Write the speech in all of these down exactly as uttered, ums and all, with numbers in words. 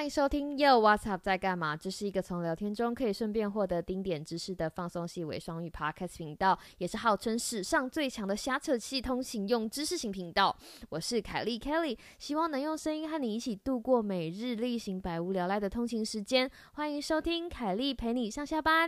迎收听 Yo What's Up 在干嘛？这是一个从聊天中可以顺便获得丁点知识的放松系伪双语 Podcast 频道，也是号称史上最强的瞎扯气通行用知识型频道。我是凯莉 Kelly， 希望能用声音和你一起度过每日例行百无聊赖的通勤时间。欢迎收听凯莉陪你上下班。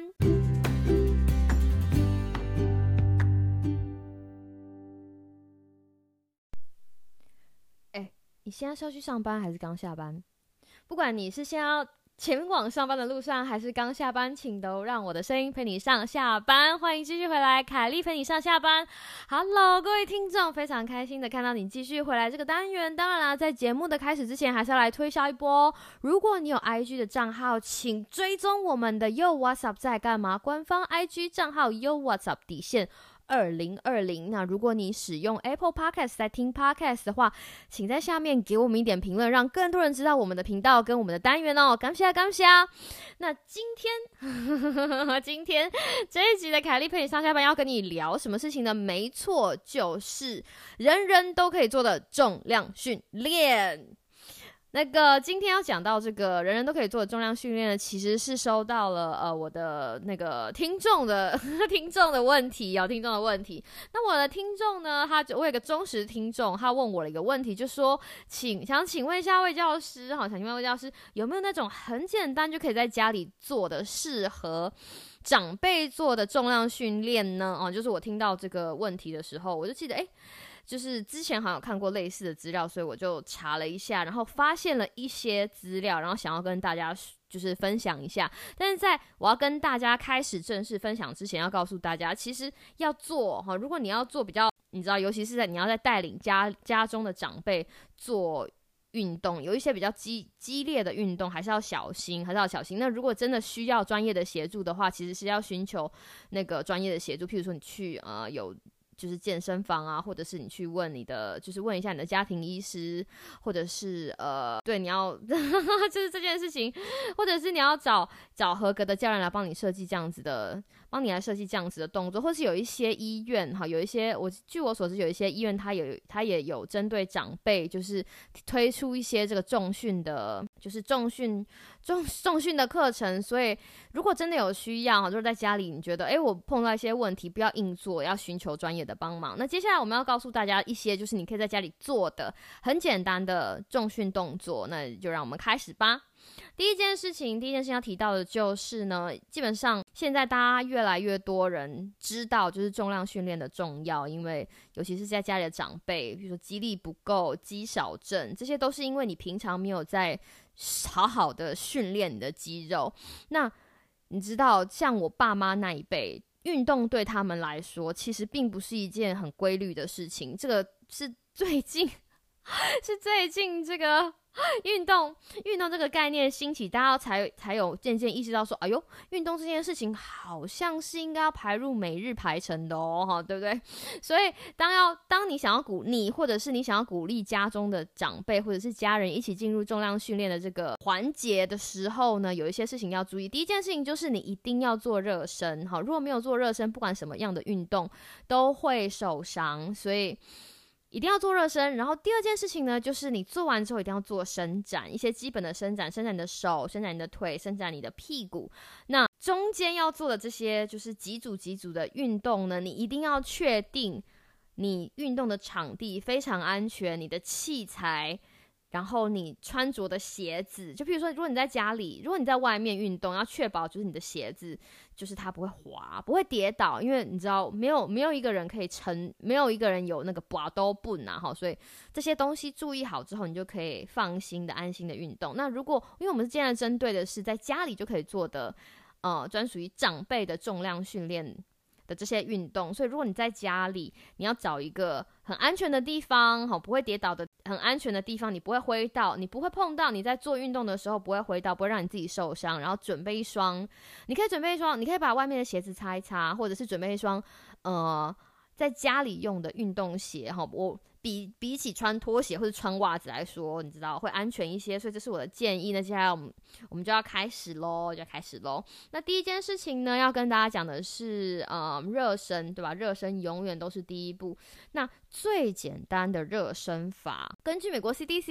哎，你现在是要去上班还是刚下班？不管你是先要前往上班的路上，还是刚下班，请都让我的声音陪你上下班。欢迎继续回来，凯莉陪你上下班。Hello， 各位听众，非常开心的看到你继续回来这个单元。当然啦，在节目的开始之前，还是要来推销一波哦。如果你有 I G 的账号，请追踪我们的 Yo What's Up 在干嘛官方 I G 账号 Yo What's Up 底线二零二零。那如果你使用 Apple Podcast 在听 Podcast 的话，请在下面给我们一点评论，让更多人知道我们的频道跟我们的单元哦。感谢感谢。那今天今天这一集的凯莉陪你上下班要跟你聊什么事情呢？没错，就是人人都可以做的重量训练。那个今天要讲到这个人人都可以做的重量训练呢，其实是收到了呃我的那个听众的听众的问题哦，听众的问题。那我的听众呢，他我有一个忠实听众，他问我了一个问题，就说请想请问一下魏教师，好，想请问魏教师有没有那种很简单就可以在家里做的适合长辈做的重量训练呢？哦，就是我听到这个问题的时候，我就记得哎。就是之前好像有看过类似的资料，所以我就查了一下，然后发现了一些资料，然后想要跟大家就是分享一下。但是在我要跟大家开始正式分享之前，要告诉大家，其实要做哈，如果你要做比较，你知道，尤其是在你要在带领家家中的长辈做运动，有一些比较激激烈的运动，还是要小心，还是要小心。那如果真的需要专业的协助的话，其实是要寻求那个专业的协助，譬如说你去呃有。就是健身房啊，或者是你去问你的，就是问一下你的家庭医师，或者是呃，对，你要就是这件事情，或者是你要找找合格的教练来帮你设计这样子的，帮你来设计这样子的动作，或是有一些医院哈，有一些我据我所知，有一些医院它有它也有针对长辈，就是推出一些这个重训的，就是重训重重训的课程，所以如果真的有需要哈，就是在家里你觉得哎我碰到一些问题，不要硬做，要寻求专业的帮忙。那接下来我们要告诉大家一些就是你可以在家里做的很简单的重训动作，那就让我们开始吧。第一件事情，第一件事情要提到的就是呢，基本上现在大家越来越多人知道就是重量训练的重要，因为尤其是在家里的长辈，比如说肌力不够、肌少症，这些都是因为你平常没有在好好的训练你的肌肉。那你知道，像我爸妈那一辈，运动对他们来说其实并不是一件很规律的事情，这个是最近是最近这个运动运动这个概念兴起，大家才才有渐渐意识到说，哎呦，运动这件事情好像是应该要排入每日排程的哦，对不对？所以当要当你想要鼓你或者是你想要鼓励家中的长辈或者是家人一起进入重量训练的这个环节的时候呢，有一些事情要注意。第一件事情就是你一定要做热身，好，如果没有做热身，不管什么样的运动都会受伤，所以一定要做热身。然后第二件事情呢，就是你做完之后一定要做伸展，一些基本的伸展，伸展你的手，伸展你的腿，伸展你的屁股。那中间要做的这些就是几组几组的运动呢，你一定要确定你运动的场地非常安全，你的器材，然后你穿着的鞋子，就比如说如果你在家里，如果你在外面运动，要确保就是你的鞋子就是它不会滑，不会跌倒，因为你知道没有没有一个人可以撑，没有一个人有那个拔刀棍啊，所以这些东西注意好之后，你就可以放心的安心的运动。那如果因为我们现在针对的是在家里就可以做的呃专属于长辈的重量训练的这些运动，所以如果你在家里，你要找一个很安全的地方，好，不会跌倒的很安全的地方，你不会挥到，你不会碰到，你在做运动的时候不会挥到，不会让你自己受伤。然后准备一双，你可以准备一双，你可以把外面的鞋子擦一擦，或者是准备一双呃在家里用的运动鞋，哈，我比比起穿拖鞋或者穿袜子来说，你知道会安全一些，所以这是我的建议。那接下来我们我们就要开始咯，就要开始咯。那第一件事情呢，要跟大家讲的是，呃，热身，对吧？热身永远都是第一步。那最简单的热身法，根据美国 C D C 的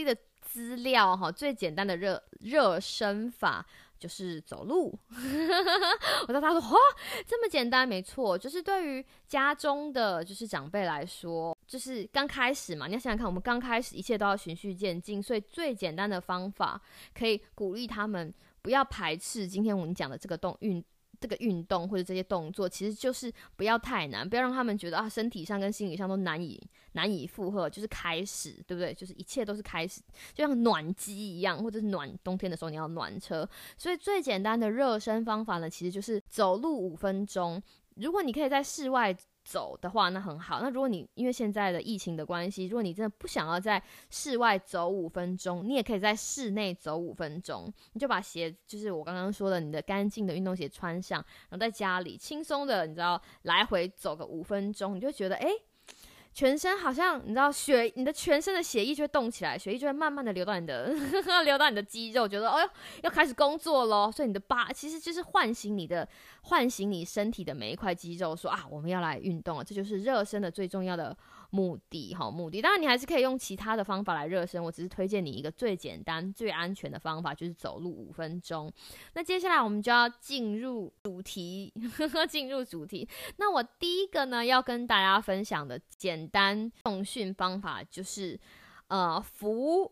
资料哈，最简单的热热身法就是走路。我知道他说哇，这么简单，没错，就是对于家中的就是长辈来说，就是刚开始嘛，你要想想看，我们刚开始一切都要循序渐进，所以最简单的方法可以鼓励他们不要排斥今天我们讲的这个动运这个运动或者这些动作，其实就是不要太难，不要让他们觉得啊身体上跟心理上都难以难以负荷，就是开始，对不对？就是一切都是开始，就像暖机一样，或者是暖冬天的时候你要暖车，所以最简单的热身方法呢，其实就是走路五分钟。如果你可以在室外走的话，那很好。那如果你因为现在的疫情的关系，如果你真的不想要在室外走五分钟，你也可以在室内走五分钟。你就把鞋，就是我刚刚说的，你的干净的运动鞋穿上，然后在家里轻松的，你知道来回走个五分钟，你就觉得哎。全身好像你知道血，你的全身的血液就会动起来，血液就会慢慢的流到你的流到你的肌肉，觉得哦要开始工作咯，所以你的八其实就是唤醒你的唤醒你身体的每一块肌肉，说啊我们要来运动了，这就是热身的最重要的目的哈目的。当然你还是可以用其他的方法来热身，我只是推荐你一个最简单最安全的方法，就是走路五分钟。那接下来我们就要进入主题进入主题。那我第一个呢要跟大家分享的简单重训方法就是呃扶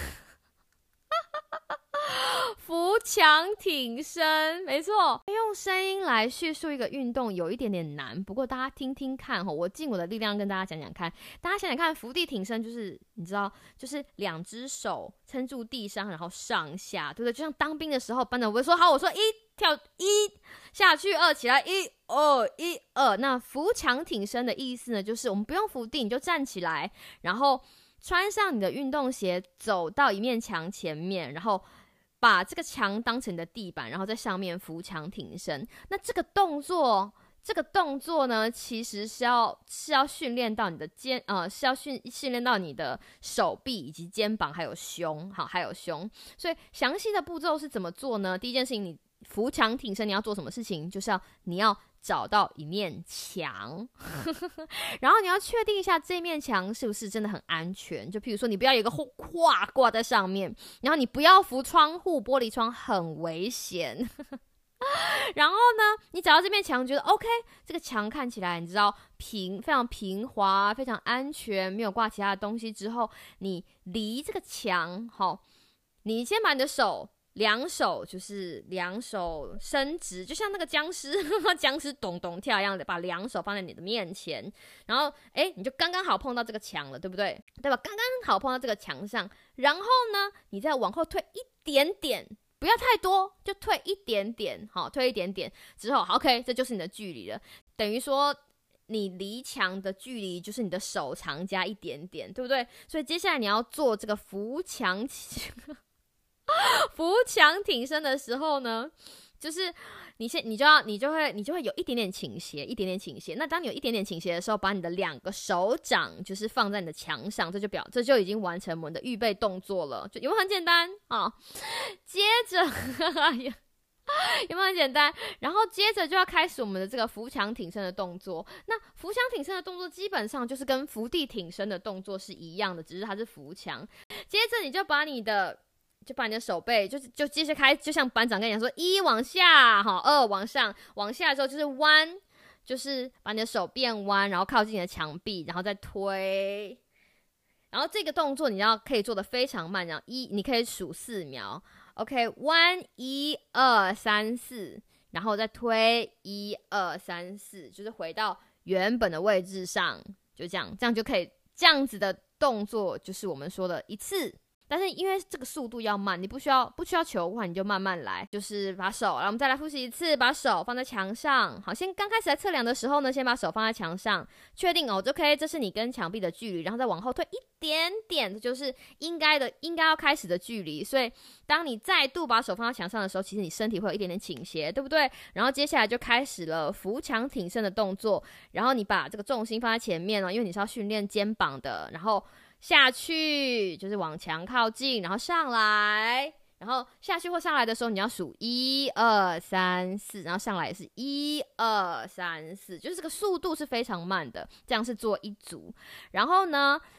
扶墙挺身，没错，用声音来叙述一个运动有一点点难，不过大家听听看，我尽我的力量跟大家讲讲看。大家想想看，伏地挺身就是你知道，就是两只手撑住地上，然后上下，对不对？就像当兵的时候，班长会说好，我说一跳一下去，二起来，一二一二。那扶墙挺身的意思呢，就是我们不用伏地，你就站起来，然后穿上你的运动鞋，走到一面墙前面，然后把这个墙当成你的地板，然后在上面扶墙挺身。那这个动作，这个动作呢，其实是要是要训练到你的肩，呃，是要训训练到你的手臂以及肩膀，还有胸，好，还有胸。所以详细的步骤是怎么做呢？第一件事情，你扶墙挺身，你要做什么事情？就是要你要找到一面墙然后你要确定一下这面墙是不是真的很安全，就譬如说你不要有一个画挂在上面，然后你不要扶窗户，玻璃窗很危险然后呢你找到这面墙觉得 OK， 这个墙看起来你知道平非常平滑，非常安全，没有挂其他的东西之后，你离这个墙好，你先把你的手两手就是两手伸直，就像那个僵尸僵尸咚咚跳一样的，把两手放在你的面前，然后哎，你就刚刚好碰到这个墙了，对不对？对吧？刚刚好碰到这个墙上，然后呢，你再往后退一点点，不要太多，就退一点点，好，退一点点之后 ，OK， 这就是你的距离了，等于说你离墙的距离就是你的手长加一点点，对不对？所以接下来你要做这个扶墙扶墙挺身的时候呢，就是你先你就要你就会你就会有一点点倾斜，一点点倾斜。那当你有一点点倾斜的时候，把你的两个手掌就是放在你的墙上，这就表这就已经完成我们的预备动作了，就有没有很简单啊？接着有没有很简单？然后接着就要开始我们的这个扶墙挺身的动作。那扶墙挺身的动作基本上就是跟伏地挺身的动作是一样的，只是它是扶墙。接着你就把你的就把你的手背就就接着开，就像班长跟你讲说，一往下，好，二往上，往下之后就是弯，就是把你的手变弯，然后靠近你的墙壁，然后再推。然后这个动作你要可以做得非常慢，然后一你可以数四秒 ，OK， 弯一二三四，然后再推一二三四，就是回到原本的位置上，就这样，这样就可以，这样子的动作就是我们说的一次。但是因为这个速度要慢，你不需要不需要求快，你就慢慢来，就是把手，然后我们再来复习一次，把手放在墙上。好，先刚开始在测量的时候呢，先把手放在墙上，确定哦 ，OK， 这是你跟墙壁的距离，然后再往后退一点点，这就是应该的，应该要开始的距离。所以当你再度把手放在墙上的时候，其实你身体会有一点点倾斜，对不对？然后接下来就开始了扶墙挺身的动作，然后你把这个重心放在前面哦，因为你是要训练肩膀的，然后下去就是往墙靠近，然后上来，然后下去或上来的时候，你要数一二三四，然后上来也是一二三四，就是这个速度是非常慢的，这样是做一组。然后呢，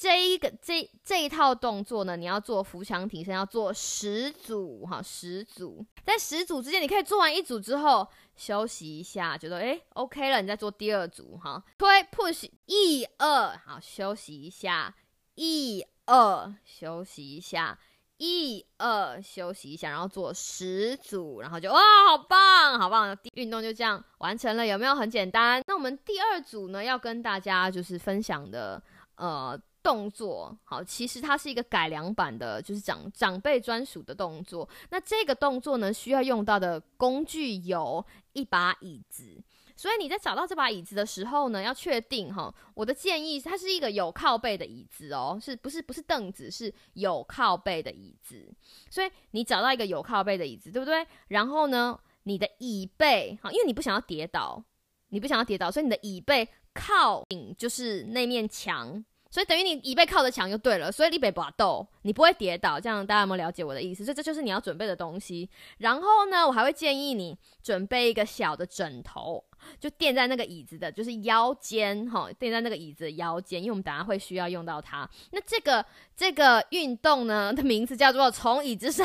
这一个这这一套动作呢，你要做腹腔挺身，要做十组哈，十组。在十组之间，你可以做完一组之后休息一下，觉得哎 OK 了，你再做第二组哈。推 push 一二，好，休息一下，一二，休息一下。一二休息一下，然后做十组，然后就哇，好棒，好棒！运动就这样完成了，有没有很简单？那我们第二组呢，要跟大家就是分享的呃动作，好，其实它是一个改良版的，就是长长辈专属的动作。那这个动作呢，需要用到的工具有一把椅子。所以你在找到这把椅子的时候呢，要确定哈，我的建议它是一个有靠背的椅子哦，是不是不是凳子，是有靠背的椅子。所以你找到一个有靠背的椅子，对不对？然后呢，你的椅背，因为你不想要跌倒，你不想要跌倒，所以你的椅背靠顶就是那面墙。所以等于你椅背靠着墙就对了，所以你不会抖，你不会跌倒，这样大家有没有了解我的意思？所以这就是你要准备的东西。然后呢，我还会建议你准备一个小的枕头，就垫在那个椅子的，就是腰间哈，垫在那个椅子的腰间，因为我们等一下会需要用到它。那这个这个运动呢的名字叫做从椅子上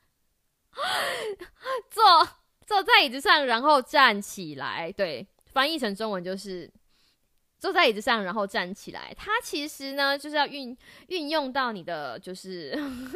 坐坐在椅子上，然后站起来。对，翻译成中文就是。坐在椅子上，然后站起来。它其实呢，就是要运运用到你的就是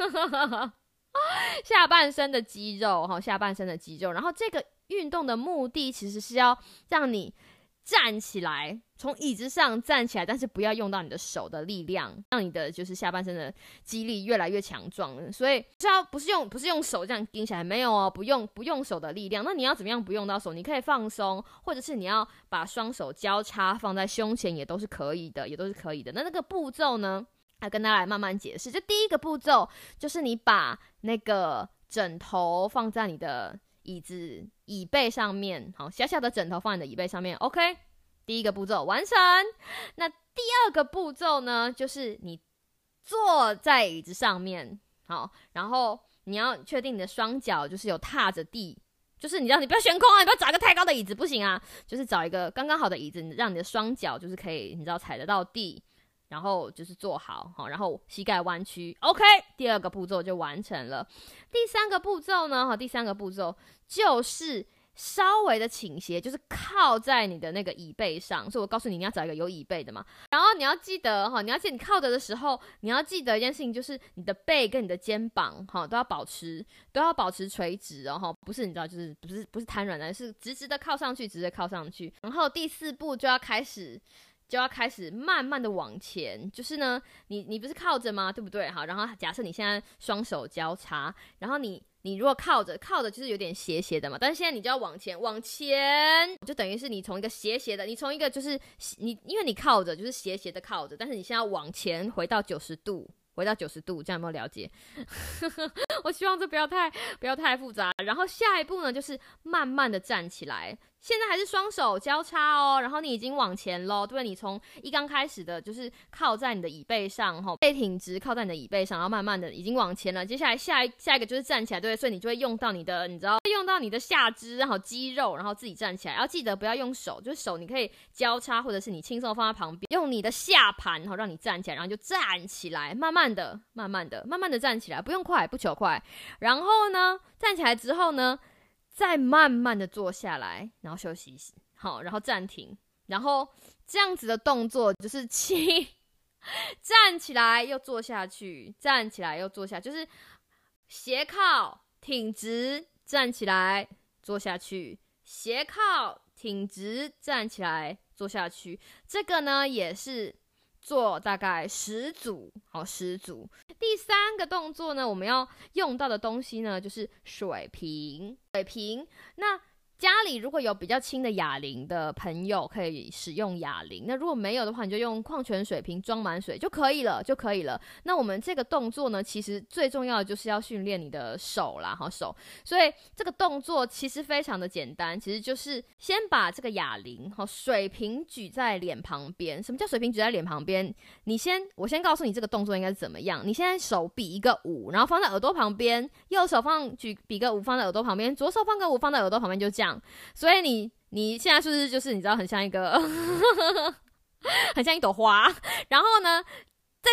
下半身的肌肉哈，下半身的肌肉。然后这个运动的目的其实是要让你站起来，从椅子上站起来，但是不要用到你的手的力量，让你的就是下半身的肌力越来越强壮。所以是要不是用不是用手这样顶起来，没有哦，不用不用手的力量。那你要怎么样不用到手？你可以放松，或者是你要把双手交叉放在胸前，也都是可以的，也都是可以的。那那个步骤呢，来跟大家来慢慢解释。就第一个步骤就是你把那个枕头放在你的椅子椅背上面，好，小小的枕头放在你的椅背上面 ，OK。第一个步骤完成。那第二个步骤呢，就是你坐在椅子上面，好，然后你要确定你的双脚就是有踏着地，就是你知道你不要悬空啊，你不要找一个太高的椅子，不行啊，就是找一个刚刚好的椅子，让你的双脚就是可以，你知道踩得到地，然后就是坐好，好，然后膝盖弯曲 ，OK， 第二个步骤就完成了。第三个步骤呢，好，第三个步骤就是稍微的倾斜，就是靠在你的那个椅背上，所以我告诉你，你要找一个有椅背的嘛。然后你要记得哈，你要记得你靠着的时候，你要记得一件事情，就是你的背跟你的肩膀哈都要保持都要保持垂直哦，不是你知道，就是不是不是瘫软的，是直直的靠上去，直直的靠上去。然后第四步就要开始。就要开始慢慢的往前，就是呢，你你不是靠着吗？对不对？好，然后假设你现在双手交叉，然后你你如果靠着靠着就是有点斜斜的嘛，但是现在你就要往前往前，就等于是你从一个斜斜的，你从一个就是你因为你靠着就是斜斜的靠着，但是你现在要往前回到九十度。回到九十度，这样有没有了解？我希望这不要太不要太复杂。然后下一步呢，就是慢慢的站起来。现在还是双手交叉哦，然后你已经往前咯，对，你从一刚开始的就是靠在你的椅背上，吼，背挺直靠在你的椅背上，然后慢慢的已经往前了。接下来下一下一个就是站起来，对，所以你就会用到你的，你知道，用到你的下肢，然后肌肉，然后自己站起来。要记得不要用手，就是手你可以交叉，或者是你轻松放在旁边，用你的下盘，然后让你站起来，然后就站起来，慢慢的、慢慢的、慢慢的站起来，不用快，不求快。然后呢，站起来之后呢，再慢慢的坐下来，然后休息一下，好，然后暂停，然后这样子的动作就是起站起来又坐下去，站起来又坐下，就是斜靠挺直，站起来坐下去，斜靠挺直，站起来坐下去。这个呢也是做大概十组，好，十组。第三个动作呢，我们要用到的东西呢，就是水瓶。水瓶，那家里如果有比较轻的哑铃的朋友，可以使用哑铃。那如果没有的话，你就用矿泉水瓶装满水就可以了，就可以了。那我们这个动作呢，其实最重要的就是要训练你的手啦，好手。所以这个动作其实非常的简单，其实就是先把这个哑铃，好，水瓶举在脸旁边。什么叫水瓶举在脸旁边？你先，我先告诉你这个动作应该是怎么样。你现在手比一个五，然后放在耳朵旁边，右手放举比个五放在耳朵旁边，左手放个五放在耳朵旁边，就这样。所以你你现在是不是就是你知道很像一个很像一朵花？然后呢，在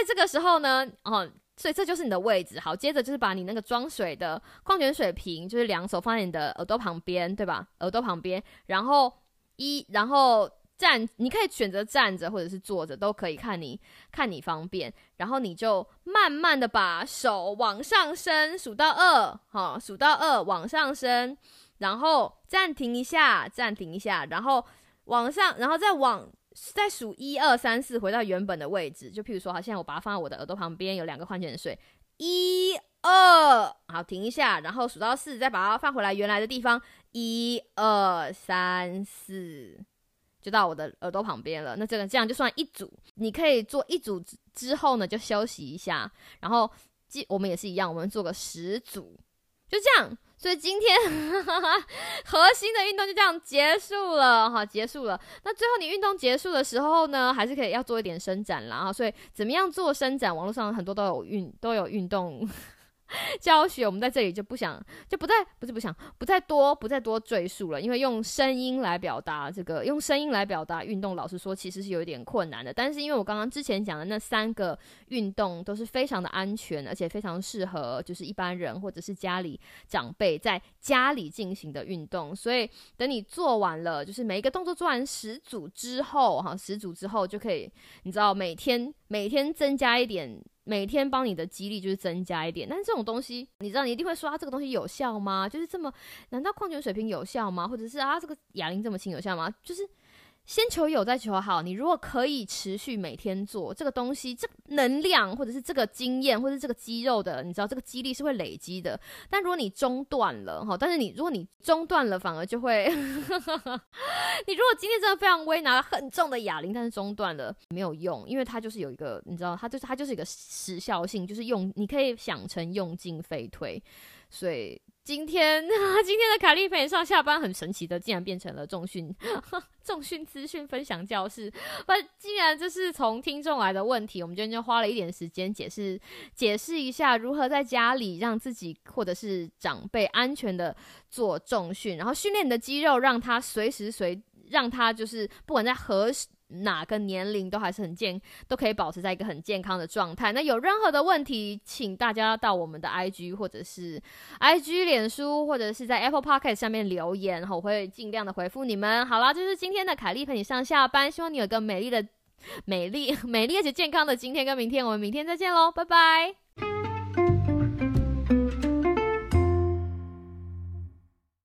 这个时候呢，哦，所以这就是你的位置。好，接着就是把你那个装水的矿泉水瓶，就是两手放在你的耳朵旁边，对吧？耳朵旁边，然后一，然后站，你可以选择站着或者是坐着，都可以，看你看你方便。然后你就慢慢的把手往上升，数到二，好，数到二往上升，然后暂停一下，暂停一下，然后往上，然后再往。再数一二三四，回到原本的位置。就譬如说，好，现在我把它放在我的耳朵旁边，有两个矿泉水，一二，好，停一下，然后数到四，再把它放回来原来的地方，一二三四，就到我的耳朵旁边了。那这个这样就算一组，你可以做一组之后呢，就休息一下，然后我们也是一样，我们做个十组，就这样。所以今天核心的运动就这样结束了，好，结束了。那最后你运动结束的时候呢，还是可以要做一点伸展啦。所以怎么样做伸展，网络上很多都有运都有运动教学，我们在这里就不想就不再不是不想不再多不再多赘述了，因为用声音来表达这个用声音来表达运动，老实说其实是有一点困难的。但是因为我刚刚之前讲的那三个运动都是非常的安全，而且非常适合就是一般人或者是家里长辈在家里进行的运动，所以等你做完了，就是每一个动作做完十组之后，哈，十组之后就可以，你知道每天每天增加一点。每天帮你的肌力就是增加一点，但是这种东西，你知道你一定会说啊，这个东西有效吗？就是这么，难道矿泉水瓶有效吗？或者是啊，这个哑铃这么轻有效吗？就是先求有再求好，你如果可以持续每天做这个东西，这个能量或者是这个经验或者是这个肌肉的，你知道这个肌力是会累积的。但如果你中断了，但是你如果你中断了，反而就会你如果今天真的非常微，拿了很重的哑铃，但是中断了没有用，因为它就是有一个，你知道，它就是它就是一个时效性，就是用，你可以想成用进废退，所以。今天今天的凯莉陪你上下班很神奇的，竟然变成了重训重训资讯分享教室。不，既然这是从听众来的问题，我们今天就花了一点时间解释解释一下如何在家里让自己或者是长辈安全的做重训，然后训练你的肌肉，让它随时随让它就是不管在何时哪个年龄都还是很健，都可以保持在一个很健康的状态。那有任何的问题，请大家到我们的 I G 或者是 I G 脸书或者是在 Apple Podcast 上面留言，然后我会尽量的回复你们。好啦，就是今天的凯莉陪你上下班，希望你有个美丽的美丽美丽而且健康的今天跟明天，我们明天再见咯，拜拜。